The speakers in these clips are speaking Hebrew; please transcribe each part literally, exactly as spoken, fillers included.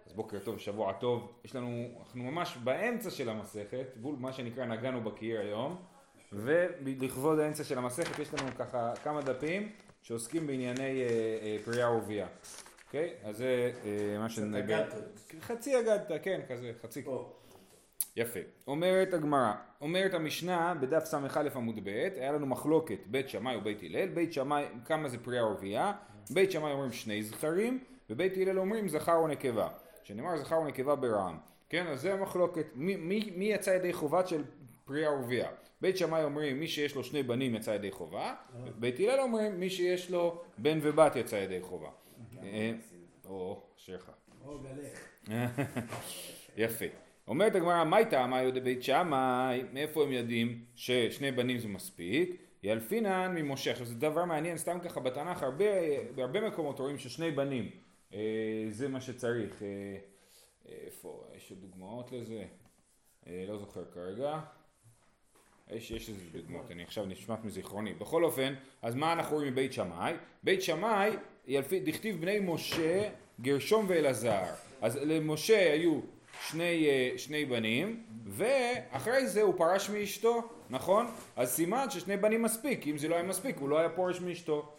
אז בוקר טוב, שבוע טוב. יש לנו, אנחנו ממש באמצע של המסכת, בול מה שנקרא נגענו בקיר היום, ולכבוד האמצע של המסכת יש לנו ככה כמה דפים שעוסקים בענייני אה, אה, פריה ורבייה. אוקיי? אז זה אה, מה שנגע... חצי אגדת, כן, כזה, חצי. פה. יפה. אומרת הגמרא, אומרת המשנה בדף ס"א עמוד ב', היה לנו מחלוקת בית שמאי ובית הלל. בית שמאי, כמה זה פריה ורבייה? בית שמאי אומרים שני זכרים, ובית הלל אומרים זכר או נקבה. שנאמר זכר או נקבה ברעם. כן, אז זה המחלוקת. מי, מי, מי יצא ידי חובת של פריה ורבייה? בית שמאי אומרים מי שיש לו שני בנים יצא ידי חובה, בית הלל אומרים מי שיש לו בן ובת יצא ידי חובה. או, אשריך. או גלך. יפה. אומרת הגמרא, מה הייתה מה יודע בית שמאי? מאיפה הם יודעים ששני בנים זה מספיק? ילפינן ממושך. זה דבר מעניין, סתם ככה בתנ"ך הרבה, בהרבה מקומות רואים ששני בנים זה מה שצריך. איפה? יש דוגמאות לזה? לא זוכר כרגע. יש, יש איזה דוגמאות, אני עכשיו נשמט מזיכרוני. בכל אופן, אז מה אנחנו רואים מבית שמאי? בית שמאי, דכתיב בני משה, גרשום ואלעזר. אז למשה היו שני, שני בנים, ואחרי זה הוא פרש מאשתו, נכון? אז סימן ששני בנים מספיק, אם זה לא היה מספיק, הוא לא היה פורש מאשתו.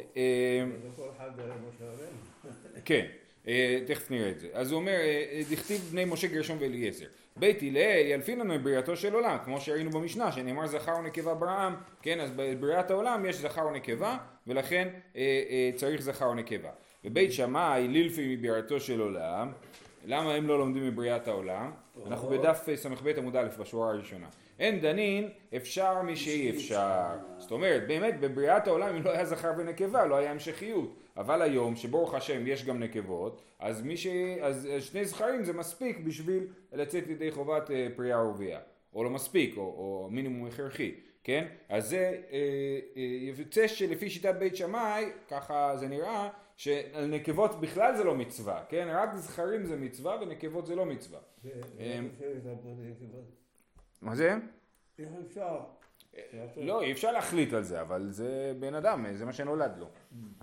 כן, תכף נראה את זה. אז הוא אומר, דכתיב בני משה גרשום ואליעזר. בית הלל ילפין לנו בבריאתו של עולם, כמו שראינו במשנה, שנאמר זכר ונקבה ברעם, כן, אז בבריאת העולם יש זכר ונקבה, ולכן צריך זכר ונקבה. ובית שמאי לילפי מבריאתו של עולם, למה הם לא לומדים מבריאת העולם? אנחנו בדף ס"ב עמוד א' בשורה הראשונה. אין דנין, אפשר מי שאי אפשר. זאת אומרת, באמת בבריאת העולם אם לא היה זכר ונקבה, לא היה המשכיות. אבל היום, שברוך השם יש גם נקבות, אז, מי ש... אז שני זכרים זה מספיק בשביל לצאת ידי חובת פריה ורבייה. או לא מספיק, או, או מינימום הכרחי. כן? אז זה יוצא שלפי שיטת בית שמאי, ככה זה נראה, שעל נקבות בכלל זה לא מצווה, כן? רק זכרים זה מצווה ונקבות זה לא מצווה. מה זה? איך אפשר? לא, אי אפשר להחליט על זה, אבל זה בן אדם, זה מה שנולד לו.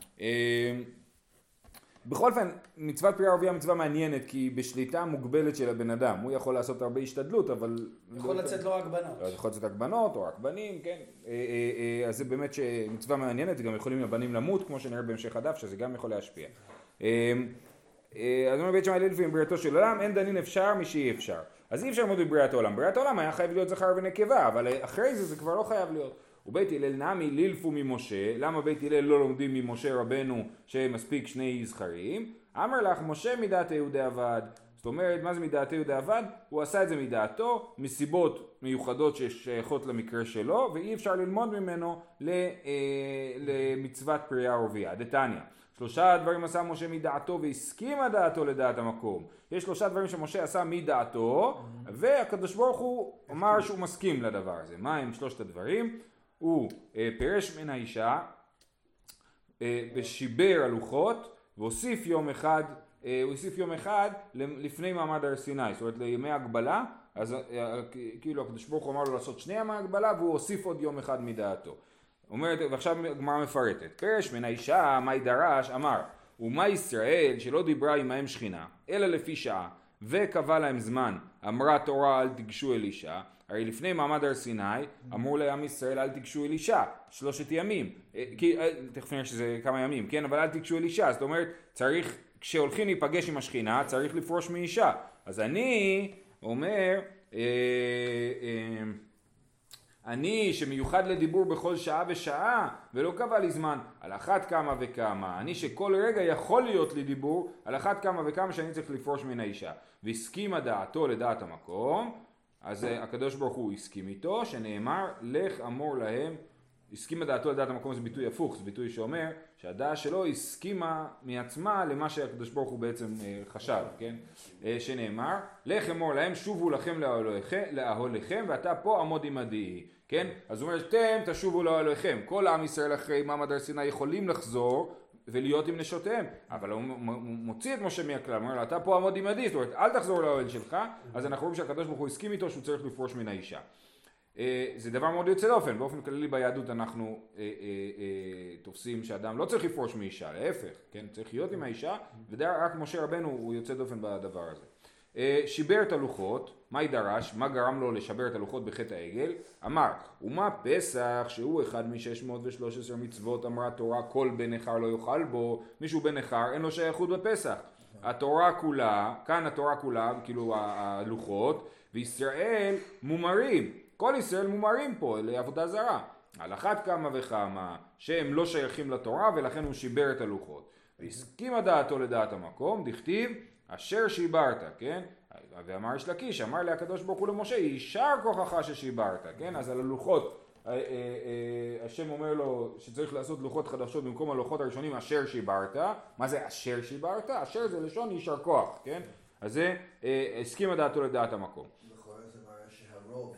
בכל אופן, מצוות פריה ורבייה מצווה מעניינת, כי היא בשליטה מוגבלת של הבן אדם. הוא יכול לעשות הרבה השתדלות, אבל... יכול לצאת לא רק בנות. יכול לצאת רק בנות או רק בנים, כן. אז זה באמת מצווה מעניינת, גם יכולים הבנים למות, כמו שנראה בהמשך הדף, שזה גם יכול להשפיע. אז אומר בית שמאי לילפי מבריאתו של עולם, אין דנין אפשר מי שאי אפשר. אז אי אפשר ללמוד בבריאת העולם. בריאת העולם היה חייב להיות זכר ונקבה, אבל אחרי זה זה כבר לא חייב להיות. ובית הלל נמי לילפו ממשה. למה בית הלל לא לומדים ממשה רבנו שמספיק שני זכרים? אמר לך משה מדעת יהודי עבד. זאת אומרת, מה זה מדעת יהודי עבד? הוא עשה את זה מדעתו, מסיבות מיוחדות ששייכות למקרה שלו, ואי אפשר ללמוד ממנו למצוות פריה ורבייה. דתניא. שלושה דברים עשה משה מדעתו והסכימה דעתו לדעת המקום. יש שלושה דברים שמשה עשה מדעתו, והקדוש ברוך הוא אמר שהוא מסכים לדבר הזה. מה הם שלושת הדברים? הוא פירש מן האישה, ושיבר הלוחות, והוסיף יום אחד, הוא הוסיף יום אחד לפני מעמד הר סיני, זאת אומרת לימי הגבלה, אז כאילו הקדוש ברוך הוא אמר לו לעשות שני ימי הגבלה, והוא הוסיף עוד יום אחד מדעתו. אומרת, ועכשיו הגמרא מפרטת, פירש מן האישה, מה דרש, אמר, ומה ישראל שלא דיברה עמהם שכינה, אלא לפי שעה, וקבע להם זמן, אמרה תורה אל תיגשו אל אישה, הרי לפני מעמד הר סיני אמרו לעם ישראל אל תיגשו אל אישה, שלושת ימים, כי, תכף נראה שזה כמה ימים, כן, אבל אל תיגשו אל אישה, זאת אומרת, צריך, כשהולכים להיפגש עם השכינה, צריך לפרוש מאישה, אז אני אומר, אה, אה, אני שמיוחד לדיבור בכל שעה ושעה ולא קבע לי זמן על אחת כמה וכמה, אני שכל רגע יכול להיות לי דיבור על אחת כמה וכמה שאני צריך לפרוש מן האישה, והסכימה דעתו לדעת המקום, אז הקדוש ברוך הוא הסכים איתו, שנאמר לך אמור להם, הסכימה דעתו לדעת המקום, זה ביטוי הפוך, זה ביטוי שאומר שהדעה שלו הסכימה מעצמה למה שהקדוש ברוך הוא בעצם חשב, כן? שנאמר לך אמור להם שובו לכם לאהוליכם ואתה פה עמוד עמדי, כן? אז הוא אומר אתם תשובו לאהוליכם, כל עם ישראל אחרי מעמד הר סיני יכולים לחזור ולהיות עם נשותיהם, אבל הוא מוציא את משה מהכלל, הוא אומר לו אתה פה עמוד עמדי, זאת אומרת אל תחזור לאוהל שלך, אז אנחנו רואים שהקדוש ברוך הוא הסכים איתו שהוא צריך לפרוש מן האישה. זה דבר מאוד יוצא דופן, באופן כללי ביהדות אנחנו אה, אה, אה, תופסים שאדם לא צריך לפרוש מאישה, להפך, כן? צריך להיות עם האישה, ורק משה רבנו הוא יוצא דופן בדבר הזה. אה, שיבר את הלוחות, מה ידרש, מה גרם לו לשבר את הלוחות בחטא העגל? אמר, ומה פסח שהוא אחד מ-שש מאות ושלוש עשרה מצוות אמרה תורה כל בן נכר לא יאכל בו, מישהו בן נכר אין לו שייכות בפסח. התורה כולה, כאן התורה כולה, כאילו הלוחות, וישראל מומרים. כל ישראל מומרים פה לעבודה זרה. על אחת כמה וכמה שהם לא שייכים לתורה ולכן הוא שיבר את הלוחות. והסכימה דעתו לדעת המקום, דכתיב אשר שיברת, כן? ואמר יש לקיש, אמר לי הקדוש ברוך הוא למשה, יישר כוחך ששיברת, כן? אז על הלוחות, השם אומר לו שצריך לעשות לוחות חדשות במקום הלוחות הראשונים אשר שיברת. מה זה אשר שיברת? אשר זה לשון יישר כוח, כן? אז זה הסכימה דעתו לדעת המקום. נכון, זה מראה שהרוב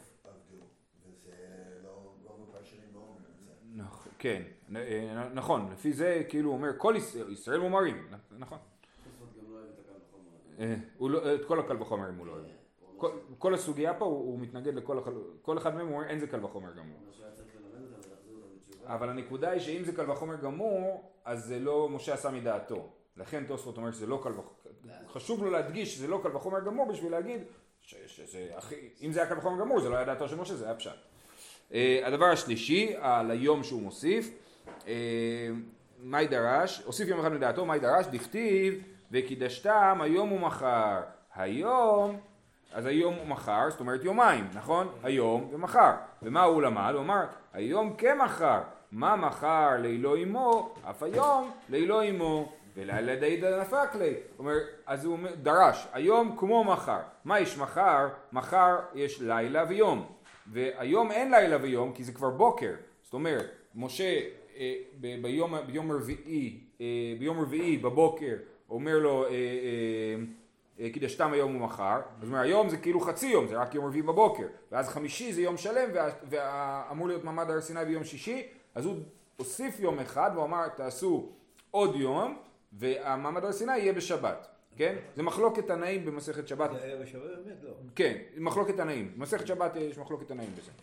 כן, נכון, לפי זה כאילו הוא אומר כל ישראל מומרים, נכון. את כל הקל וחומר הוא לא אוהב. כל הסוגיה פה הוא מתנגד לכל אחד מהם, הוא אומר אין זה קל וחומר גמור. אבל הנקודה היא שאם זה קל וחומר גמור, אז זה לא משה עשה מדעתו. לכן תוספות אומר שזה לא קל וחומר, חשוב לו להדגיש שזה לא קל וחומר גמור בשביל להגיד אם זה היה קל וחומר גמור זה לא היה דעתו של משה, זה היה פשט. הדבר השלישי, על היום שהוא מוסיף, מה ידרש? הוסיף יום אחד מדעתו, מה ידרש? דכתיב וקידשתם היום ומחר. היום, אז היום ומחר, זאת אומרת יומיים, נכון? היום ומחר. ומה הוא למד? הוא אמר, היום כמחר. מה מחר לילו עמו? אף היום לילו עמו. ולילה די דנפק לי. אומר, אז הוא דרש, היום כמו מחר. מה יש מחר? מחר יש לילה ויום. והיום אין לילה ויום כי זה כבר בוקר. זאת אומרת, משה אה, ב- ביום, ביום רביעי, אה, ביום רביעי בבוקר אומר לו אה, אה, אה, קידשתם היום ומחר. אז אומר, היום זה כאילו חצי יום, זה רק יום רביעי בבוקר. ואז חמישי זה יום שלם ואמור להיות מעמד הר סיני ביום שישי. אז הוא הוסיף יום אחד והוא אמר תעשו עוד יום והמעמד הר סיני יהיה בשבת. כן? זה מחלוקת תנאים במסכת שבת. זה היה בשבת באמת? לא. כן, מחלוקת תנאים. במסכת שבת יש מחלוקת תנאים בזה.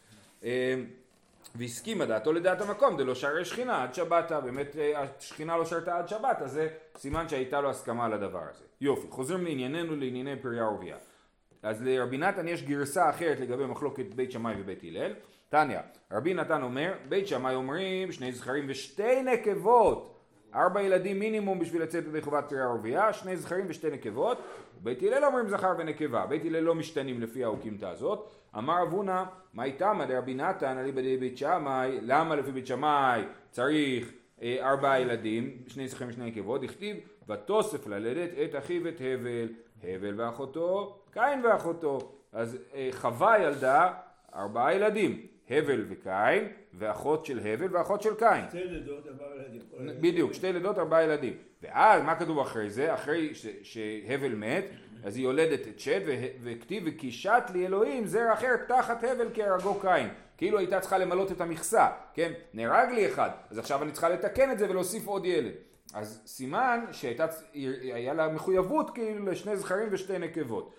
והסכימה דעתו לדעת המקום, דלא שרה שכינה עד שבתה, באמת השכינה לא שרתה עד שבת, אז זה סימן שהייתה לו הסכמה על הדבר הזה. יופי, חוזרים לענייננו לענייני פריה ורבייה. אז לרבי נתן יש גרסה אחרת לגבי מחלוקת בית שמאי ובית הלל. תניא, רבי נתן אומר, בית שמאי אומרים שני זכרים ושתי נקבות, ארבע ילדים מינימום בשביל לצאת ידי חובת פריה ורבייה, שני זכרים ושתי נקבות. בית הלל אומרים זכר ונקבה, בית הלל לא משתנים לפי האוקימתא הזאת. אמר אבונה, מה איתם עד רבי נתן על ידי בית שמאי, למה לפי בית שמאי צריך אה, ארבעה ילדים, שני זכרים ושני נקבות, הכתיב ותוסף ללדת את אחיו ואת הבל, הבל ואחותו, קין ואחותו. אז אה, חווה ילדה ארבעה ילדים, הבל וקין, ואחות של הבל ואחות של קין. שתי לידות, ארבעה ילדים. בדיוק, שתי לידות, ארבעה ילדים. ואז מה כתוב אחרי זה? אחרי ש- שהבל מת, אז היא יולדת את שד, וכתיב וקישת לי אלוהים זרע אחר תחת הבל כהרגו קין. כאילו הייתה צריכה למלות את המכסה, כן? נהרג לי אחד, אז עכשיו אני צריכה לתקן את זה ולהוסיף עוד ילד. אז סימן שהיה לה מחויבות כאילו לשני זכרים ושתי נקבות.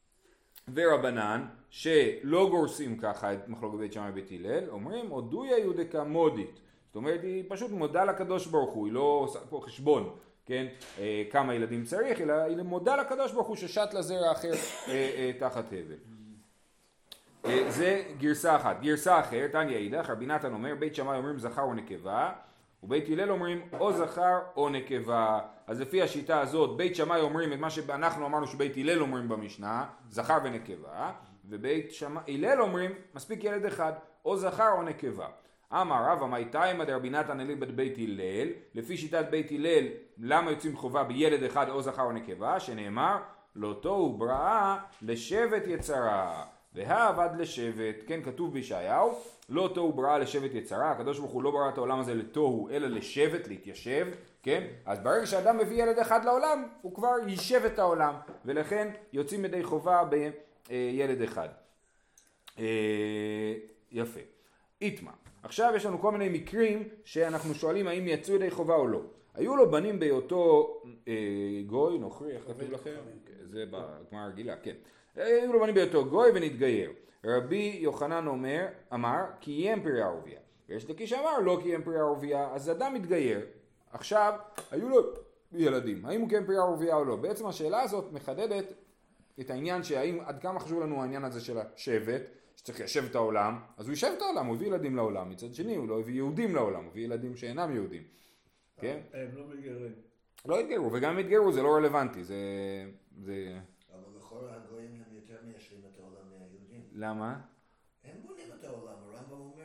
ורבנן, שלא גורסים ככה את מחלוקת בית שמאי ובית הלל, אומרים הודויה יודקה מודית. זאת אומרת, היא פשוט מודה לקדוש ברוך הוא, היא לא עושה פה חשבון, כן? אה, כמה ילדים צריך, אלא היא מודה לקדוש ברוך הוא ששת לזרע אחר אה, אה, תחת הבל. אה, זה גרסה אחת. גרסה אחרת, תניא אידך, רבי נתן אומר, בית שמאי אומרים זכר או נקבה, ובית הלל אומרים או זכר או נקבה. אז לפי השיטה הזאת, בית שמאי אומרים את מה שאנחנו אמרנו שבית הלל אומרים במשנה, זכר ונקבה, ובית הלל אומרים מספיק ילד אחד, או זכר או נקבה. אמר רבא מאי תימא דרבי נתן אליבא דבית הלל, לפי שיטת בית הלל, למה יוצאים חובה בילד אחד או זכר או נקבה, שנאמר לא תוהו בראה לשבט יצרה, והעבד לשבט, כן כתוב בישעיהו, לא תוהו בראה לשבט יצרה, הקדוש ברוך הוא לא ברא את העולם הזה לתוהו, אלא לשבט, להתיישב, כן? אז ברגע שאדם מביא ילד אחד לעולם, הוא כבר יישב את העולם, ולכן יוצאים ידי חובה בילד אחד. יפה. איתמה. עכשיו יש לנו כל מיני מקרים שאנחנו שואלים האם יצאו ידי חובה או לא. היו לו בנים בהיותו אה, גוי, נוכרי, איך כתוב לכם? זה בגמרא הרגילה, כן. היו לו בנים בהיותו גוי ונתגייר. רבי יוחנן אומר, אמר, קיים פרי ערביה. ויש לקיש אמר, לא קיים פרי ערביה, אז אדם מתגייר. עכשיו, היו לו ילדים, האם הוא קיים פרי ערביה או לא? בעצם השאלה הזאת מחדדת את העניין שהאם, עד כמה חשוב לנו העניין הזה של השבט, שצריך ליישב את העולם, אז הוא יישב את העולם, הוא הביא ילדים לעולם, מצד שני הוא לא הביא יהודים לעולם, הוא הביא ילדים שאינם יהודים. כן? הם לא מתגיירים. לא התגיירו, וגם אם התגיירו זה לא רלוונטי, זה... זה... אבל לכל הגויים הם יותר מיישבים את העולם מהיהודים. למה? הם בונים את העולם, הרמב"ם אומר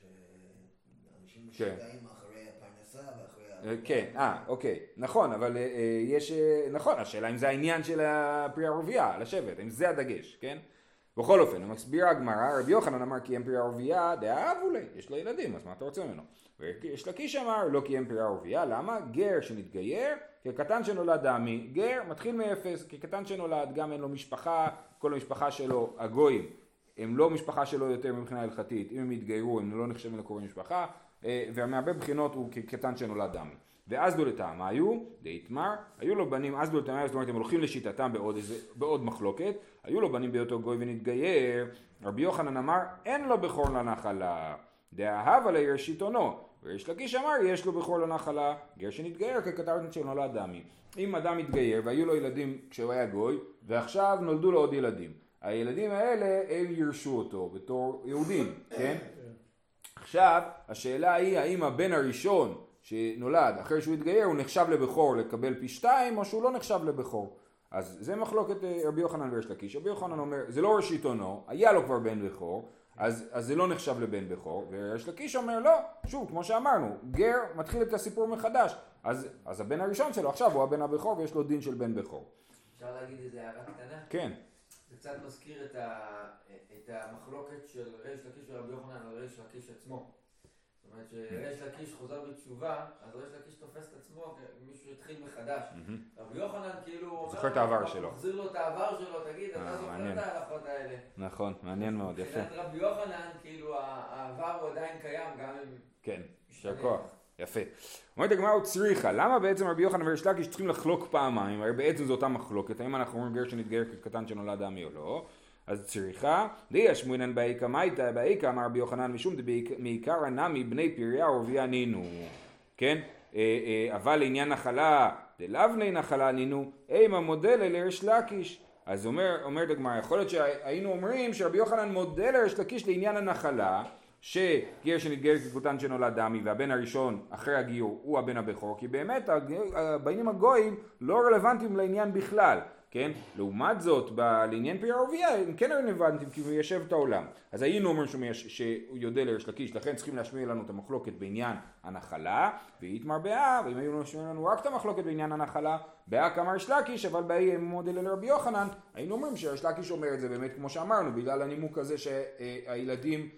שאנשים משגעים אחרי הפרנסה ואחרי... כן, אה, אוקיי, נכון, אבל יש... נכון, השאלה אם זה העניין של הפרי ערביה, לשבט, אם זה הדגש, כן? בכל אופן, הוא מסביר הגמרא, רבי יוחנן אמר קיים פרי ערביה, דאהבו לי, יש לו ילדים, אז מה אתה רוצה ממנו? ויש לקיש אמר, לא קיים פרי ערביה, למה? גר שנתגייר, כקטן שנולד דמי, גר מתחיל מאפס, כקטן שנולד, גם אין לו משפחה, כל המשפחה שלו, הגויים, הם לא משפחה שלו יותר מבחינה הלכתית, אם הם יתגיירו, הם לא נחשבים לקרובי משפחה, ומהרבה בחינות הוא כקטן שנולד דמי. ואז לו לטעם, היו, דהיתמר, היו לו בנים, אז לו לטעם, זאת אומרת, הם הולכים לשיטתם בעוד, איזה, בעוד מחלוקת, היו לו בנים בהיותו גוי ונתגייר, רבי יוחנן אמר, אין לו בכור לנחלה, דאהב עלי ראשיתונו, ויש לקיש אמר, יש לו בכור לנחלה, גר שנתגייר כקטן שנולד דמי. אם אדם מתגייר והיו לו ילדים כשהוא היה גוי, ועכשיו נולדו לו עוד ילדים, הילדים האלה הם ירשו אותו בתור יהודים, כן? עכשיו, השאלה היא, האם הבן הראשון שנולד אחרי שהוא התגייר הוא נחשב לבכור לקבל פי שתיים או שהוא לא נחשב לבכור. אז זה מחלוקת רבי יוחנן ויש לקיש. רבי יוחנן אומר זה לא ראשיתונו, היה לו כבר בן בכור, אז, אז זה לא נחשב לבן בכור, ויש לקיש אומר לא, שוב כמו שאמרנו, גר מתחיל את הסיפור מחדש, אז, אז הבן הראשון שלו עכשיו הוא הבן הבכור ויש לו דין של בן בכור. אפשר להגיד איזה הערה קטנה? כן. זה קצת מזכיר את, ה, את המחלוקת של ריש לקיש ורבי יוחנן על ריש לקיש עצמו. זאת אומרת שריש לקיש חוזר בתשובה, אז ריש לקיש תופס את עצמו כמישהו שהתחיל מחדש. רבי יוחנן כאילו זוכר את העבר שלו. מחזיר לו את העבר שלו, תגיד, אתה זוכר את ההלכות האלה. נכון, מעניין מאוד, יפה. מבחינת רבי יוחנן, כאילו העבר הוא עדיין קיים, גם אם... כן, יישר כוח, יפה. אומרת הגמרא הוא צריכה, למה בעצם רבי יוחנן וריש לקיש צריכים לחלוק פעמיים? הרי בעצם זו אותה מחלוקת, האם אנחנו אומרים גר שנתגייר כקטן שנולד דמי או לא? אז צריכה, די אשמואנן באיקה מייטה, באיקה אמר רבי יוחנן משום מעיקר הנמי בני פריה ערביה נינו, כן? אבל לעניין נחלה, דלבני נחלה נינו, אימה מודל לריש לקיש. אז אומר, אומרת הגמרא, יכול להיות שהיינו אומרים שרבי יוחנן מודל לריש לקיש לעניין הנחלה, שגר שנתגייר כקטן שנולד דמי והבן הראשון אחרי הגיור הוא הבן הבכור, כי באמת הבנים הגויים לא רלוונטיים לעניין בכלל. כן? לעומת זאת, לעניין פרי ערביה, הם כן רלוונטיים כי הוא מיישב את העולם. אז היינו אומרים שהוא יודע לריש לקיש, לכן צריכים להשמיע לנו את המחלוקת בעניין הנחלה, והתמר באה, ואם היינו משמיע לנו רק את המחלוקת בעניין הנחלה, באה כמה ריש לקיש, אבל באי מודל לרבי יוחנן, היינו אומרים שריש לקיש אומר את זה באמת כמו שאמרנו, בגלל הנימוק הזה שהילדים,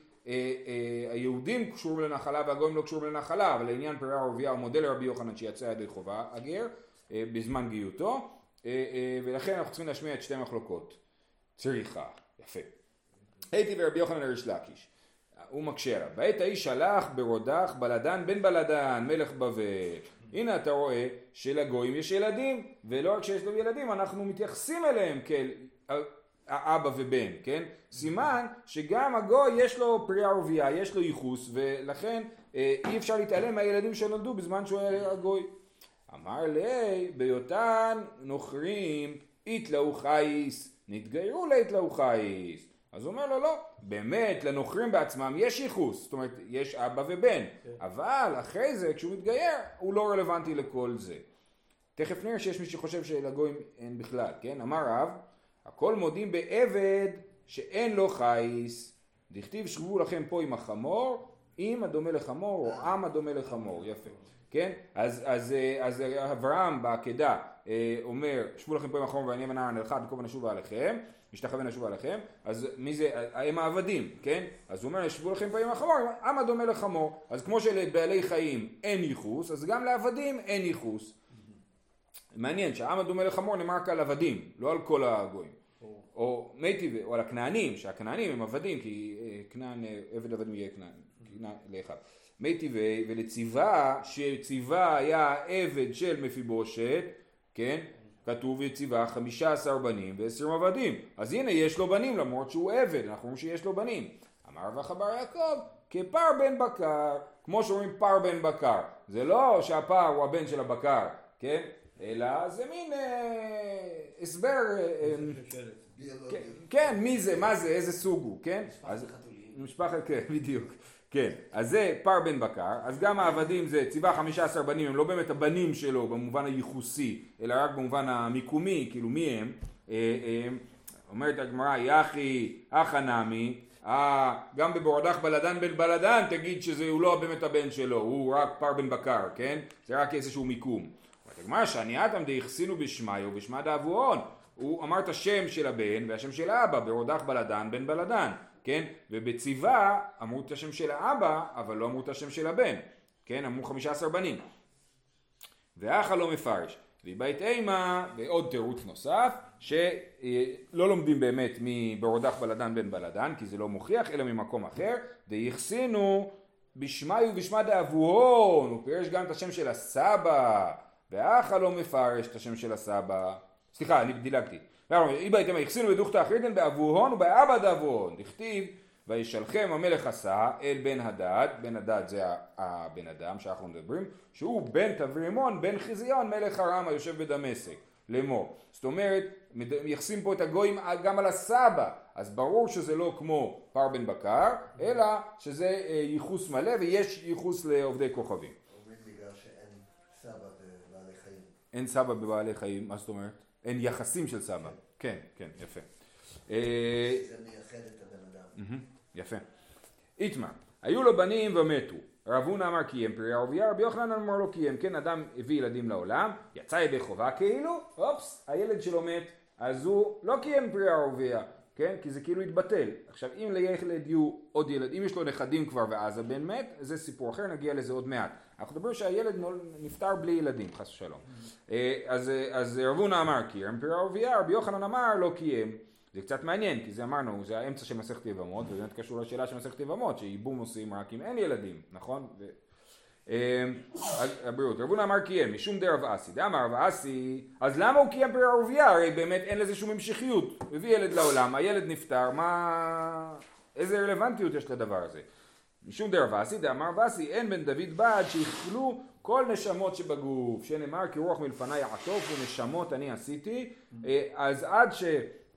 היהודים קשורים לנחלה והגויים לא קשורים לנחלה, אבל לעניין פרי ערביה הוא מודל לרבי יוחנן שיצא ידי חובה, הגר, בזמן גיותו. ולכן אנחנו צריכים להשמיע את שתי מחלוקות. צריכה, יפה. הייתי ורבי יוחנן לריש לקיש. הוא מקשה עליו. בעת האיש שלח ברודח בלדן בן בלדן מלך בבל. הנה אתה רואה שלגויים יש ילדים, ולא רק שיש לו ילדים אנחנו מתייחסים אליהם כאל האבא ובן, כן? סימן שגם הגוי יש לו פרי ערביה, יש לו ייחוס, ולכן אי אפשר להתעלם מהילדים שנולדו בזמן שהוא היה הגוי. אמר לי, ביותן נוכרים, יתלאו חייס, נתגיירו ליתלאו חייס. אז הוא אומר לו, לא, באמת לנוכרים בעצמם יש ייחוס, זאת אומרת, יש אבא ובן, אבל אחרי זה, כשהוא מתגייר, הוא לא רלוונטי לכל זה. תכף נראה שיש מי שחושב שלגויים אין בכלל, כן? אמר רב, הכל מודים בעבד שאין לו חייס, דכתיב שבו לכם פה עם החמור, עם הדומה לחמור, או עם הדומה לחמור, יפה. כן? אז, אז, אז אברהם בעקדה אומר, שבו לכם פה עם החמור ואני אבנה על אחד, כובע נשובה עליכם, משתחווה נשובה עליכם, אז מי זה? הם העבדים, כן? אז הוא אומר, שבו לכם פה עם החמור, עם הדומה לחמור, אז כמו שלבעלי חיים אין ייחוס, אז גם לעבדים אין ייחוס. מעניין שהעם הדומה לחמור נאמר על עבדים, לא על כל הגויים. או מייטיב, או על הכנענים, שהכנענים הם עבדים, כי כנען, עבד עבדים יהיה כנען, לאחד. מי טבעי, ולציווה, שציווה היה עבד של מפיבושת, כן? כתוב וציווה חמישה עשר בנים ועשרים עבדים. אז הנה יש לו בנים למרות שהוא עבד, אנחנו אומרים שיש לו בנים. אמר רבח בר יעקב, כפר בן בקר, כמו שאומרים פר בן בקר. זה לא שהפר הוא הבן של הבקר, כן? אלא זה מין אה, הסבר, אה, כן, כן, מי זה, מה זה, איזה סוג הוא, כן? משפחת חתולים. משפחת, כן, בדיוק. כן, אז זה פר בן בקר, אז גם העבדים זה ציווה חמישה עשר בנים, הם לא באמת הבנים שלו במובן הייחוסי, אלא רק במובן המיקומי, כאילו מי הם? אה, אה, אומרת הגמרא, יחי, אחא נמי, אה, גם בבורדך בלדן בן בלדן תגיד שהוא לא באמת הבן שלו, הוא רק פר בן בקר, כן? זה רק איזשהו מיקום. אומרת הגמרא, שענייתם דהכסינו בשמיא ובשמא דאבוהון, הוא אמר את השם של הבן והשם של האבא, בורדך בלדן בן בלדן. כן? ובציווה אמרו את השם של האבא, אבל לא אמרו את השם של הבן. כן? אמרו חמישה עשר בנים. ואחא לא מפרש. ובית אימה, ועוד תירוץ נוסף, שלא לומדים באמת מבורדך בלדן בן בלדן, כי זה לא מוכיח, אלא ממקום אחר. דהכסינו בשמיא ובשמא דאבוהון, הוא פירש גם את השם של הסבא, ואחא לא מפרש את השם של הסבא. סליחה, אני דילגתי. איבא איתם היחסינו בדוכתא אחריתן באבוהון ובאבא דאבוהון. דכתיב וישלחם המלך עשה אל בן הדד, בן הדד זה הבן אדם שאנחנו מדברים, שהוא בן תברימון בן חיזיון מלך ארם היושב בדמשק לאמור. זאת אומרת, מייחסים פה את הגויים גם על הסבא, אז ברור שזה לא כמו פר בן בקר, אלא שזה ייחוס מלא ויש ייחוס לעובדי כוכבים. אומרים בגלל שאין סבא בבעלי חיים. אין סבא בבעלי חיים, מה זאת אומרת? אין יחסים של סבא. כן, כן, יפה. זה מייחד את הבן אדם. יפה. איתמר, היו לו בנים ומתו. רב הונא אמר קיים פרי ערביה, רבי יוחנן אמר לו קיים. כן, אדם הביא ילדים לעולם, יצא ידי חובה כאילו, אופס, הילד שלו מת, אז הוא לא קיים פרי ערביה, כן? כי זה כאילו התבטל. עכשיו, אם לילד יהיו עוד ילד, אם יש לו נכדים כבר ואז הבן מת, זה סיפור אחר, נגיע לזה עוד מעט. אנחנו מדברים שהילד נפטר בלי ילדים, חס ושלום. אז, אז רב הונא אמר קיים פרי ערביה, רבי יוחנן אמר לא קיים. זה קצת מעניין, כי זה אמרנו, זה האמצע של מסכת יבמות, וזה באמת קשור לשאלה של מסכת יבמות, שייבום עושים רק אם אין ילדים, נכון? הבריאות, רב הונא אמר קיים, משום דרב אסי, דאמר רב אסי, אז למה הוא קיים פרי ערביה? הרי באמת אין לזה שום המשכיות, הוא הביא ילד לעולם, הילד נפטר, מה... איזה רלוונטיות יש לדבר הזה? משום דרב אסי, דאמר רב אסי, אין בן דוד בד שיכלו כל נשמות שבגוף, שנאמר כי רוח מלפני יעטוף ונשמות אני עשיתי, אז עד ש...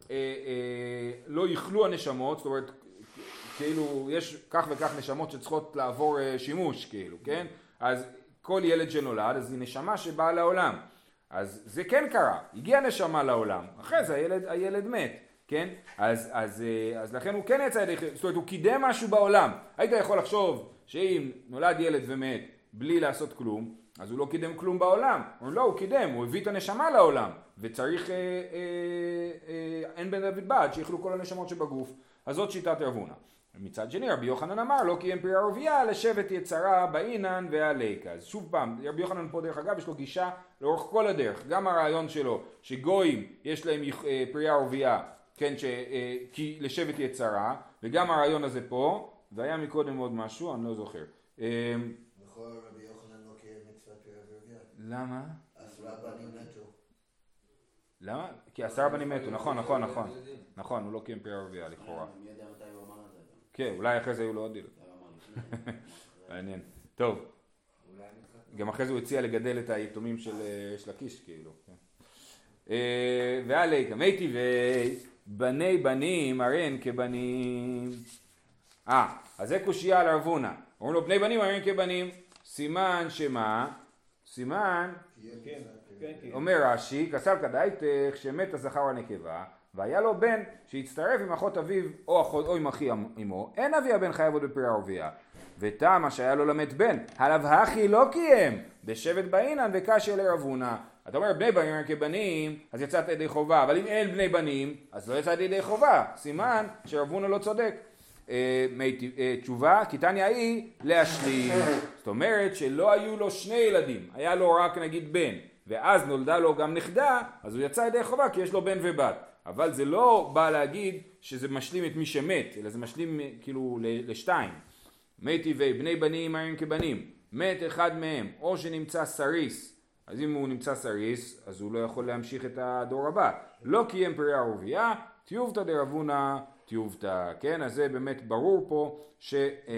לא יכלו הנשמות, זאת אומרת, כאילו יש כך וכך נשמות שצריכות לעבור שימוש, כאילו, כן? אז כל ילד שנולד, אז היא נשמה שבאה לעולם. אז זה כן קרה, הגיעה נשמה לעולם, אחרי זה הילד, הילד מת, כן? אז, אז, אז לכן הוא כן יצא ידי, זאת אומרת, הוא קידם משהו בעולם. היית יכול לחשוב שאם נולד ילד ומת בלי לעשות כלום, אז הוא לא קידם כלום בעולם. הוא לא, הוא קידם, הוא הביא את הנשמה לעולם. וצריך, אה, אה, אה, אין בן דוד בד, שיכלו כל הנשמות שבגוף. אז זאת שיטת רב הונא. מצד שני, רבי יוחנן אמר, לא קיים פרי ערביה, לשבט יצרה באינן והליקה. אז שוב פעם, רבי יוחנן פה דרך אגב, יש לו גישה לאורך כל הדרך. גם הרעיון שלו, שגויים יש להם אה, פרי ערביה, כן, ש, אה, כי לשבט יצרה, וגם הרעיון הזה פה, והיה מקודם עוד משהו, אני לא זוכר. אה, נכון, רבי יוחנן לא קיים מצוות פרי ערביה. למה? עשרה בנים מתו. למה? כי עשרה בנים מתו, נכון, נכון, נכון. נכון, הוא לא קיים פרי ערביה לכאורה. מי יודע מתי הוא אמר את זה? כן, אולי אחרי זה היו לו עוד ילד. מעניין. טוב. גם אחרי זה הוא הציע לגדל את היתומים של לקיש, כאילו. והליקה, מי טבעי, בני בנים, הרי הן כבנים. אה, אז זה קושייה על רב הונא. אומרים לו, בני בנים, הרי הן כבנים. סימן שמה? סימן... אומר רש"י, כסל כדאיתך שמת הזכר הנקבה, והיה לו בן שהצטרף עם אחות אביו או, אחות, או עם אחי אמו, אין אבי הבן חייב עוד בפרי ערביה. וטעמה שהיה לו למת בן, עליו הכי לא קיים, בשבט באינן וקשיא לרב הונא. אתה אומר בני בנים כבנים, אז יצאת ידי חובה, אבל אם אין בני בנים, אז לא יצאת ידי חובה. סימן שרב הונא לא צודק. תשובה, כי תניא היא להשלים. זאת אומרת שלא היו לו שני ילדים, היה לו רק נגיד בן, ואז נולדה לו גם נכדה, אז הוא יצא ידי חובה כי יש לו בן ובת. אבל זה לא בא להגיד שזה משלים את מי שמת, אלא זה משלים כאילו לשתיים. מתי ובני בנים הרים כבנים, מת אחד מהם, או שנמצא סריס, אז אם הוא נמצא סריס, אז הוא לא יכול להמשיך את הדור הבא. לא קיים פרי ערביה, תיובתא דרבונה תיובתא, כן? אז זה באמת ברור פה ש...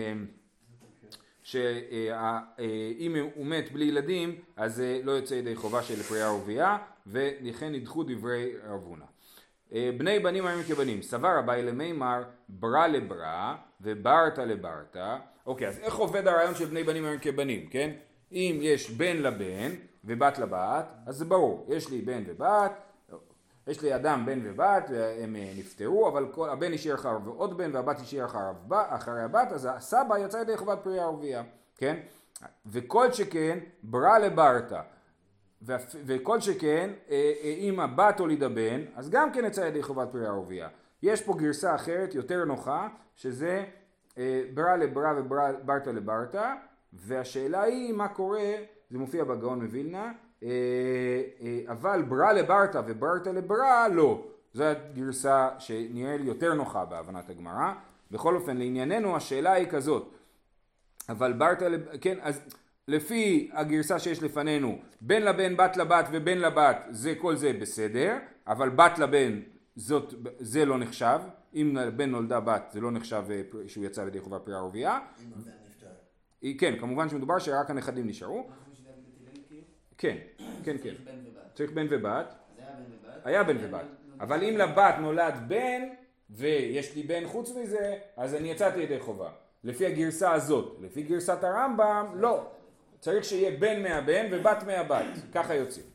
שאם הוא מת בלי ילדים, אז לא יוצא ידי חובה של פרי ערביה, ולכן נדחו דברי רבונה. בני בנים הרים כבנים, סבר אביי למימר, ברא לברא וברתא לברתא. אוקיי, אז איך עובד הרעיון של בני בנים הרים כבנים, כן? אם יש בן לבן ובת לבת, אז זה ברור, יש לי בן ובת, יש לי אדם בן ובת, הם נפטרו, אבל כל, הבן השאיר אחריו ועוד בן והבת השאיר אחרי הבת, אז הסבא יצא ידי חובת פרי ערביה, כן? וכל שכן ברא לברתא, וכל שכן אם הבת הולידה בן, אז גם כן יצא ידי חובת פרי ערביה. יש פה גרסה אחרת יותר נוחה, שזה ברא לברא וברתא לברתא, והשאלה היא מה קורה, זה מופיע בגאון מווילנה, אבל ברא לברתא וברתא לברא לא. זו הגרסה שנראה לי יותר נוחה בהבנת הגמרא. בכל אופן לענייננו השאלה היא כזאת, אבל ברתא, כן, אז לפי הגרסה שיש לפנינו, בן לבן, בת לבת ובן לבת, זה כל זה בסדר, אבל בת לבן זאת, זה לא נחשב, אם לבן נולדה בת זה לא נחשב שהוא יצא בידי חובה פרי ערביה. אם הבן נפטר. כן, כמובן שמדובר שרק הנכדים נשארו. כן, כן, כן. צריך בן ובת. היה בן ובת. אבל אם לבת נולד בן ויש לי בן חוץ מזה, אז אני יצאתי ידי חובה. לפי הגרסה הזאת. לפי גרסת הרמב"ם, לא. צריך שיהיה בן מהבן ובת מהבת. ככה יוצאים.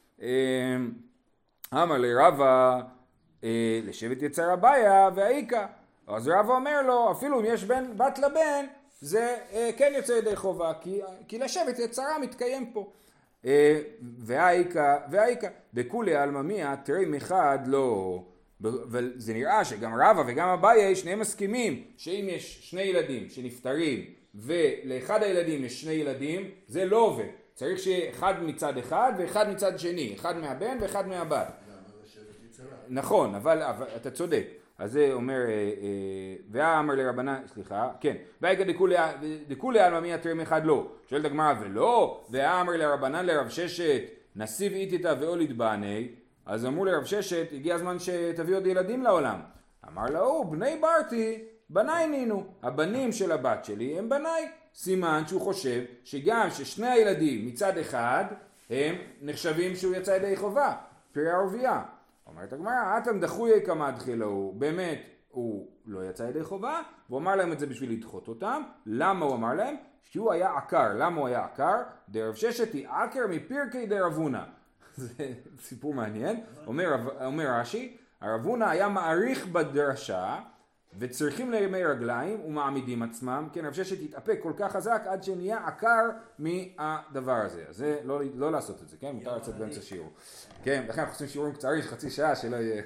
אמר לרבא, לשבט יצר הבעיה והאיקה. אז רבא אומר לו, אפילו אם יש בן, בת לבן, זה כן יוצא ידי חובה, כי, כי לשבט יצרה מתקיים פה. והאיקה, והאיקה, דכולי עלמא מיה, תרי מחד לא, וזה נראה שגם רבא וגם אביי שניהם מסכימים שאם יש שני ילדים שנפטרים ולאחד הילדים יש שני ילדים, זה לא עובד. צריך שיהיה אחד מצד אחד ואחד מצד שני, אחד מהבן ואחד מהבת. נכון, אבל, אבל אתה צודק. אז זה אומר, ואמר לרבנן, סליחה, כן, והאיקה דכולי עלמא מיה תרי מחד לא. שואלת הגמרא ולא, ואמר לרבנן לרב ששת, נסיב איתיתא ואוליד בני, אז אמרו לרב ששת, הגיע הזמן שתביא עוד ילדים לעולם. אמר לו, בני ברתי, בניי נינו, הבנים של הבת שלי הם בניי. סימן שהוא חושב שגם ששני הילדים מצד אחד, הם נחשבים שהוא יצא ידי חובה, פרי ערביה. אומרת הגמרא, אתם דחויי כמה דחילו, באמת הוא לא יצא ידי חובה, והוא אמר להם את זה בשביל לדחות אותם. למה הוא אמר להם? כי הוא היה עקר. למה הוא היה עקר? דרב ששת היא עקר מפירקי דרבונה. זה סיפור מעניין. אומר, אומר רש"י, הרבונה היה מעריך בדרשה, וצריכים לימי רגליים ומעמידים עצמם, כן, רב ששת התאפק כל כך חזק עד שנהיה עקר מהדבר הזה. אז זה לא, לא לעשות את זה, כן? מותר לצאת באמצע שיעור. כן, לכן אנחנו עושים שיעורים קצרים, חצי שעה שלא יהיה.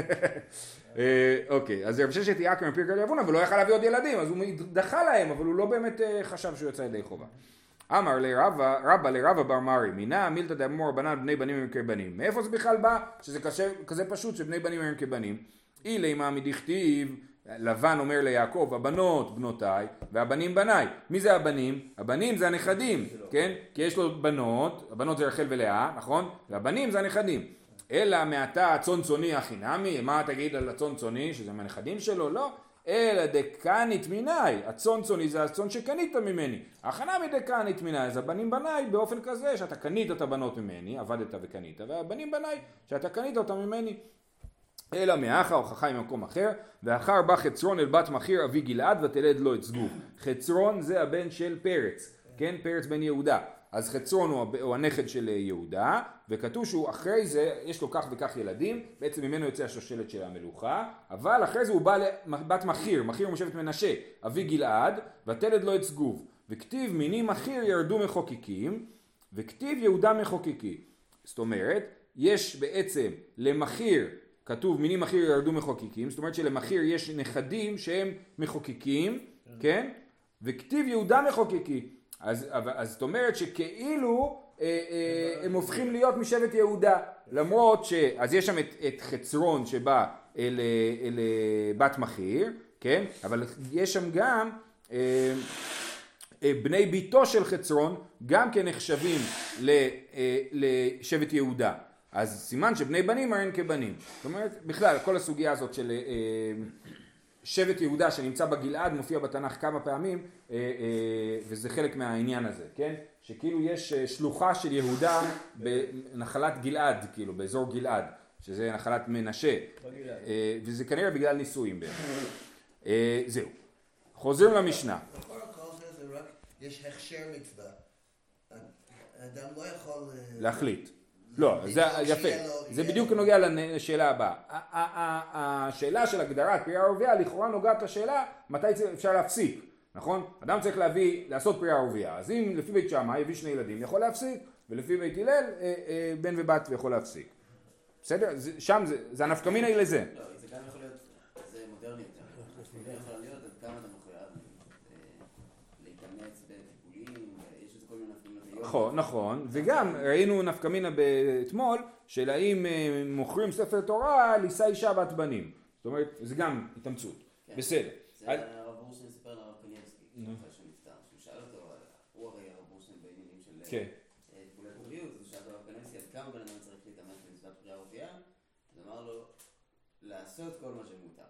אוקיי, אז רב ששת היה עקר מפירקי דרבונה, ולא יכל להביא עוד ילדים, אז הוא דחה להם, אבל הוא לא באמת חשב שהוא יצא ידי חובה. אמר לרבא, רבא לרבא בר מרי, מינה מילתא דאמור בנן בני בנים הם כבנים. מאיפה זה בכלל בא? שזה כזה, כזה פשוט שבני בנים הם כבנים. אילי מה מדכתיב, לבן אומר ליעקב, הבנות בנותיי והבנים בניי. מי זה הבנים? הבנים זה הנכדים, כן? כי יש לו בנות, הבנות זה רחל ולאה, נכון? והבנים זה הנכדים. אלא מעתה הצאן צאני הכי נמי, מה תגיד על הצאן צאני, שזה מהנכדים שלו? לא. אלא דקנית מיני, הצאן צאני זה הצאן שקנית ממני. הכנמי דקנית מיני, אז הבנים בניי באופן כזה שאתה קנית את הבנות ממני, עבדת וקנית, והבנים בניי שאתה קנית אותם ממני. אלא מאחה הוכחה ממקום אחר, ואחר בא חצרון אל בת מחיר אבי גלעד ותלד לו את סגוף. חצרון זה הבן של פרץ, כן? פרץ בן יהודה. אז חצרון הוא, הוא הנכד של יהודה, וכתוב שהוא אחרי זה, יש לו כך וכך ילדים, בעצם ממנו יוצא השושלת של המלוכה, אבל אחרי זה הוא בא לבת מחיר, מחיר הוא משבט מנשה, אבי גלעד, ותלד לו את סגוף. וכתיב מיני מחיר ירדו מחוקקים, וכתיב יהודה מחוקקי. זאת אומרת, יש בעצם למחיר, כתוב מיני מחיר ירדו מחוקקים, זאת אומרת שלמחיר יש נכדים שהם מחוקקים, כן? וכתיב יהודה מחוקקי. אז, אז זאת אומרת שכאילו אה, אה, הם הופכים להיות משבט יהודה, למרות ש... אז יש שם את, את חצרון שבא אל, אל בת מחיר, כן? אבל יש שם גם בני ביתו של חצרון גם כן נחשבים לשבט יהודה. אז סימן שבני בנים הן כבנים. זאת אומרת, בכלל, כל הסוגיה הזאת של שבט יהודה שנמצא בגלעד מופיע בתנ"ך כמה פעמים, וזה חלק מהעניין הזה, כן? שכאילו יש שלוחה של יהודה בנחלת גלעד, כאילו, באזור גלעד, שזה נחלת מנשה. וזה כנראה בגלל נישואים בערך. זהו. חוזרים למשנה. בכל הכל זה רק, יש הכשר מצווה. אדם לא יכול... להחליט. לא, זה יפה. זה בדיוק נוגע לשאלה הבאה. השאלה של הגדרת פרי ערבייה לכאורה נוגעת לשאלה מתי אפשר להפסיק, נכון? אדם צריך להביא, לעשות פרי ערבייה. אז אם לפי בית שמאי הביא שני ילדים יכול להפסיק, ולפי בית הלל בן ובת יכול להפסיק. בסדר? שם זה הנפקמינה היא לזה. לא, זה גם יכול להיות, זה מודרני יותר. זה יכול להיות עד כמה אתה מחויב להתאמץ בטיפולים, יש את כל מיני נפקמינות. נכון, נכון, וגם ראינו נפקמינה אתמול, של האם מוכרים ספר תורה לישא אישה בת בנים. זאת אומרת, זה גם התאמצות. בסדר. זה הרב בורשטיין סיפר לרב קניאבסקי, אחרי שהוא נפטר, שהוא שאל אותו, הוא הרי הרב בורשטיין בעניינים של טיפולי פוריות, אז הוא שאל אותו הרב קניאבסקי, עד כמה בן אדם צריך להתאמץ במצוות פרי ערבייה? אז אמר לו, לעשות כל מה שמותר.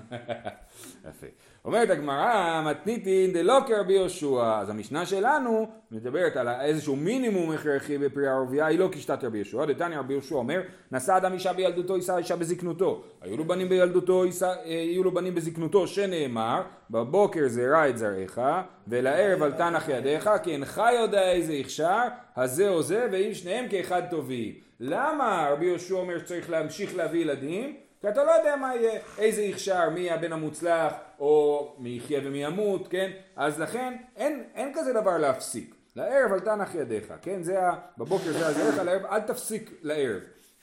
יפה. אומרת הגמרא, מתניתין דלא כרבי יהושע. אז המשנה שלנו מדברת על איזשהו מינימום הכרחי בפרי ערבייה, היא לא כשיטת רבי יהושע. דתניא רבי יהושע אומר, נשא אדם אישה בילדותו, יישא אישה בזקנותו. היו לו בנים בילדותו, היו לו בנים בזקנותו, שנאמר, בבוקר זרע את זרעך, ולערב אל תנח ידיך, כי אינך יודע איזה הכשר, הזה או זה, ואם שניהם כאחד טובים. למה רבי יהושע אומר שצריך להמשיך להביא ילדים? כי אתה לא יודע מה יהיה, איזה הכשר, מי יהיה הבן המוצלח, או מי יחיה ומי ימות, כן? אז לכן אין, אין כזה דבר להפסיק. לערב אל תנח ידיך, כן? זה ה... בבוקר זה הזרח, לערב אל תפסיק לערב.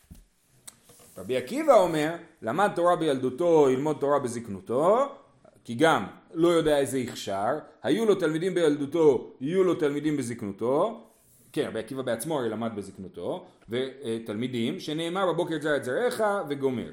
רבי עקיבא אומר, למד תורה בילדותו, ילמוד תורה בזקנותו, כי גם לא יודע איזה הכשר, היו לו תלמידים בילדותו, יהיו לו תלמידים בזקנותו, כן, רבי עקיבא בעצמו הרי למד בזקנותו, ותלמידים שנאמר בבוקר זרע את זרעך וגומר.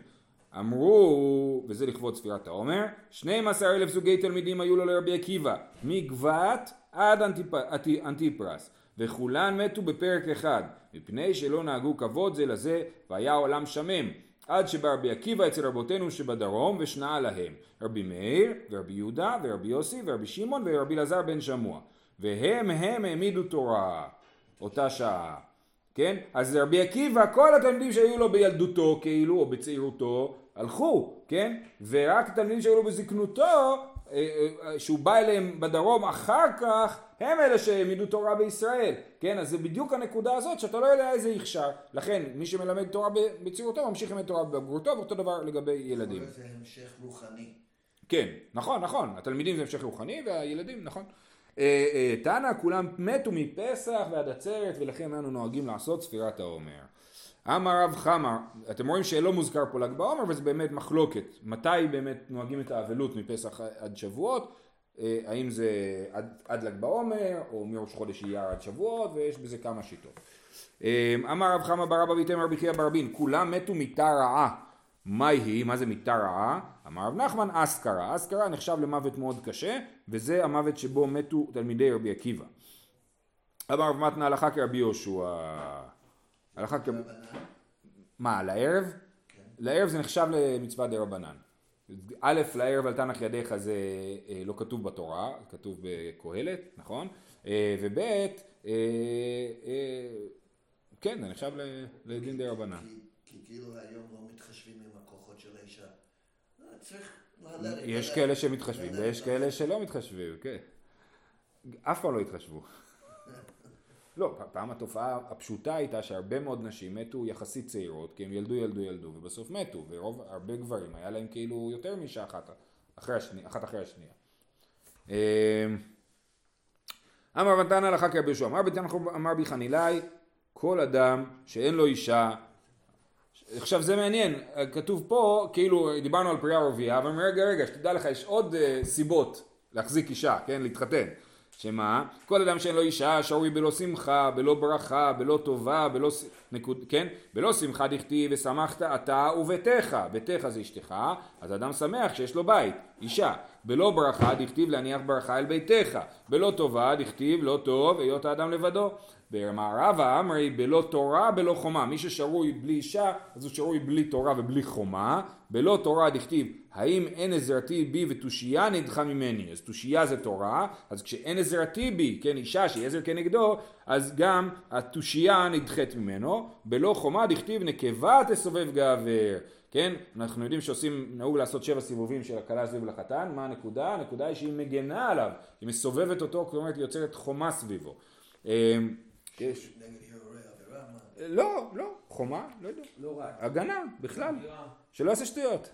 אמרו, וזה לכבוד ספירת העומר, שנים עשר אלף זוגי תלמידים היו לו לרבי עקיבא, מגבת עד אנטיפ... אנטיפרס, וכולן מתו בפרק אחד, מפני שלא נהגו כבוד זה לזה, והיה העולם שמם, עד שבא רבי עקיבא אצל רבותינו שבדרום, ושנעה להם, רבי מאיר, ורבי יהודה, ורבי יוסי, ורבי שמעון, ורבי אלעזר בן שמוע, והם הם העמידו תורה, אותה שעה. כן? אז רבי עקיבא, כל התלמידים שהיו לו בילדותו, כאילו, או בצעירותו, הלכו, כן? ורק התלמידים שהיו לו בזקנותו, שהוא בא אליהם בדרום אחר כך, הם אלה שהעמידו תורה בישראל, כן? אז זה בדיוק הנקודה הזאת, שאתה לא יודע איזה הכשר. לכן, מי שמלמד תורה בצעירותו, ממשיך ללמד תורה בבגרותו, ואותו דבר לגבי ילדים. זה המשך רוחני. כן, נכון, נכון. התלמידים זה המשך רוחני, והילדים, נכון. תנא כולם מתו מפסח ועד עצרת, ולכן אנו נוהגים לעשות ספירת העומר. אמר רב חמא, אתם רואים שלא מוזכר פה ל"ג בעומר, וזה באמת מחלוקת. מתי באמת נוהגים את האבלות מפסח עד שבועות? האם זה עד, עד ל"ג בעומר, או מראש חודש אייר עד שבועות, ויש בזה כמה שיטות. אמר רב חמא בר אבא ויתמר רבי חייא ברבין, כולם מתו מיתה רעה. מה היא? מה זה מיתה רעה? אמר רב נחמן, אסקרה. אסקרה נחשב למוות מאוד קשה, וזה המוות שבו מתו תלמידי רבי עקיבא. אמר רב מתנה הלכה כרבי יהושע. הלכה כרבי... מה, לערב? כן. לערב זה נחשב למצווה די רבנן. א', לערב אל תנח ידיך זה לא כתוב בתורה, כתוב בקהלת, נכון? וב', כן, זה נחשב לדין די רבנן. כי כאילו היום לא מתחשבים עם הכוחות של האישה. צריך... יש כאלה שמתחשבים ויש כאלה שלא מתחשבים, כן. אף פעם לא התחשבו. לא, פעם התופעה הפשוטה הייתה שהרבה מאוד נשים מתו יחסית צעירות, כי הם ילדו ילדו ילדו ובסוף מתו, ורוב הרבה גברים היה להם כאילו יותר מאישה אחת אחרי השנייה, אחת אחרי השנייה. אמר רב תנא הלכה כרבי יהושע, אמר בתנא אמר בי חנילאי, כל אדם שאין לו אישה, עכשיו זה מעניין, כתוב פה, כאילו דיברנו על פרי ערבייה, אבל רגע רגע, שתדע לך, יש עוד uh, סיבות להחזיק אישה, כן, להתחתן. שמה? כל אדם שאין לו אישה שרוי בלא שמחה, בלא ברכה, בלא טובה, בלא, נקוד, כן? בלא שמחה דכתיב ושמחת אתה וביתך, ביתך זה אשתך, אז אדם שמח שיש לו בית, אישה. בלא ברכה דכתיב להניח ברכה אל ביתך, בלא טובה דכתיב לא טוב היות האדם לבדו. במערבה אמרי בלא תורה בלא חומה, מי ששרוי בלי אישה אז הוא שרוי בלי תורה ובלי חומה. בלא תורה דכתיב האם אין עזרתי בי ותושייה נדחה ממני, אז תושייה זה תורה, אז כשאין עזרתי בי, כן, אישה שהיא עזר כנגדו, אז גם התושייה נדחית ממנו. בלא חומה דכתיב נקבה תסובב גבר, כן, אנחנו יודעים שעושים, נהוג לעשות שבע סיבובים של הכלה סביב לחתן. מה הנקודה? הנקודה היא שהיא מגנה עליו, היא מסובבת אותו, כלומר היא יוצרת חומה סביבו. יש. נגד הרהורי עבירה, מה? לא, לא, חומה, לא יודע. לא רק. הגנה, בכלל. שלא עושה שטויות.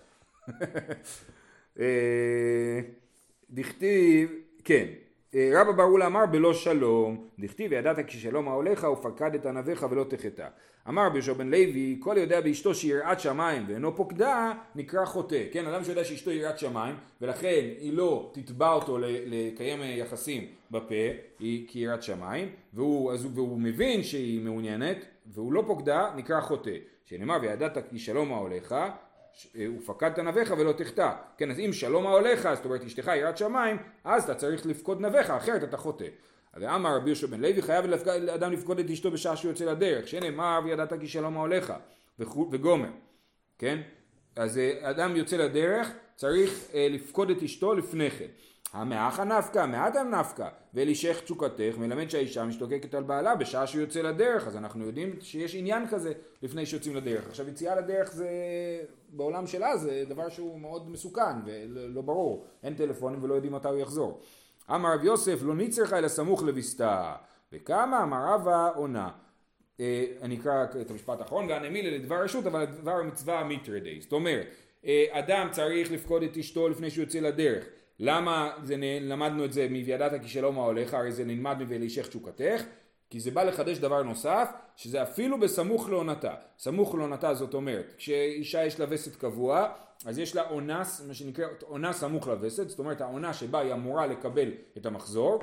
דכתיב, כן, רבא בר אולה אמר בלא שלום, דכתיב ידעת כי שלום העולך ופקדת ענביך ולא תחטא. אמר ביהושע בן לוי, כל יודע באשתו שהיא יראת שמיים ואינו פוקדה נקרא חוטא. כן, אדם שיודע שאשתו היא יראת שמיים ולכן היא לא תתבע אותו לקיים יחסים בפה, היא כי יראת שמיים, והוא, אז, והוא מבין שהיא מעוניינת והוא לא פוקדה נקרא חוטא. שנאמר וידעת כי שלום העולך ופקדת נביך ולא תחטא. כן, אז אם שלום העולך, זאת אומרת אשתך יראת שמיים, אז אתה צריך לפקוד נביך, אחרת אתה חוטא. ואמר רבי יהושע בן לוי חייב לאדם לפקוד את אשתו בשעה שהוא יוצא לדרך, שנאמר וידעת כי שלום העולך וגומר, כן? אז אדם יוצא לדרך צריך לפקוד את אשתו לפני כן. המאחה נפקא, מעטה נפקא, ואלישך תשוקתך מלמד שהאישה משתוקקת על בעלה בשעה שהוא יוצא לדרך, אז אנחנו יודעים שיש עניין כזה לפני שיוצאים לדרך. עכשיו יציאה לדרך זה, בעולם שלה זה דבר שהוא מאוד מסוכן ולא ברור, אין טלפונים ולא יודעים מתי הוא יחזור. אמר רב יוסף לא ניצרך אלא סמוך לביסתה, וכמה אמר רבא עונה. אה, אני אקרא את המשפט האחרון, והנמילה לדבר רשות אבל לדבר המצווה מיטרדי, זאת אומרת אדם צריך לפקוד את אשתו לפני שהוא יוצא לדרך. למה זה, למדנו את זה מ"וידעת כי שלום העולך", הרי זה נלמד מ"ואלישך תשוקתך", כי זה בא לחדש דבר נוסף, שזה אפילו בסמוך לעונתה. סמוך לעונתה זאת אומרת, כשאישה יש לה וסת קבוע, אז יש לה אונס, מה שנקרא עונה סמוך לווסת, זאת אומרת העונה שבה היא אמורה לקבל את המחזור,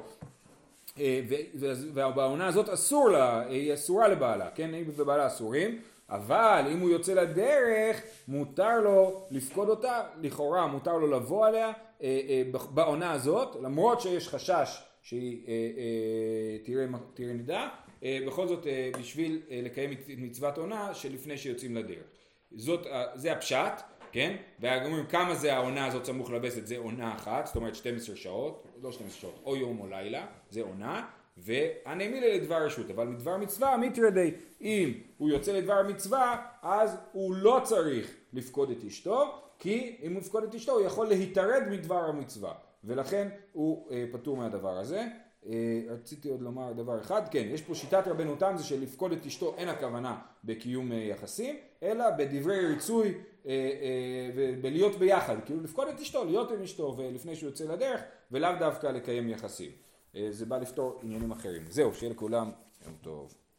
ובעונה הזאת אסור לה, היא אסורה לבעלה, כן, היא ובעלה אסורים, אבל אם הוא יוצא לדרך, מותר לו לפקוד אותה, לכאורה מותר לו לבוא עליה בעונה הזאת, למרות שיש חשש שהיא תראה נידה, בכל זאת בשביל לקיים מצוות עונה שלפני שיוצאים לדרך. זאת, זה הפשט, כן? והגמרים כמה זה העונה הזאת סמוך לבסת, זה עונה אחת, זאת אומרת שתים עשרה שעות, לא שתים עשרה שעות, או יום או לילה, זה עונה, והנמילה לדבר רשות, אבל מדבר מצווה מיטרדי, אם הוא יוצא לדבר מצווה, אז הוא לא צריך לפקוד את אשתו, כי אם הוא יפקוד את אשתו הוא יכול להתערד מדבר המצווה, ולכן הוא אה, פטור מהדבר הזה. אה, רציתי עוד לומר דבר אחד, כן, יש פה שיטת רבנו תם, זה שלפקוד את אשתו אין הכוונה בקיום אה, יחסים, אלא בדברי ריצוי אה, אה, ובלהיות ביחד, כאילו לפקוד את אשתו, להיות עם אשתו ולפני שהוא יוצא לדרך, ולאו דווקא לקיים יחסים. אה, זה בא לפתור עניינים אחרים. זהו, שיהיה לכולם יום טוב.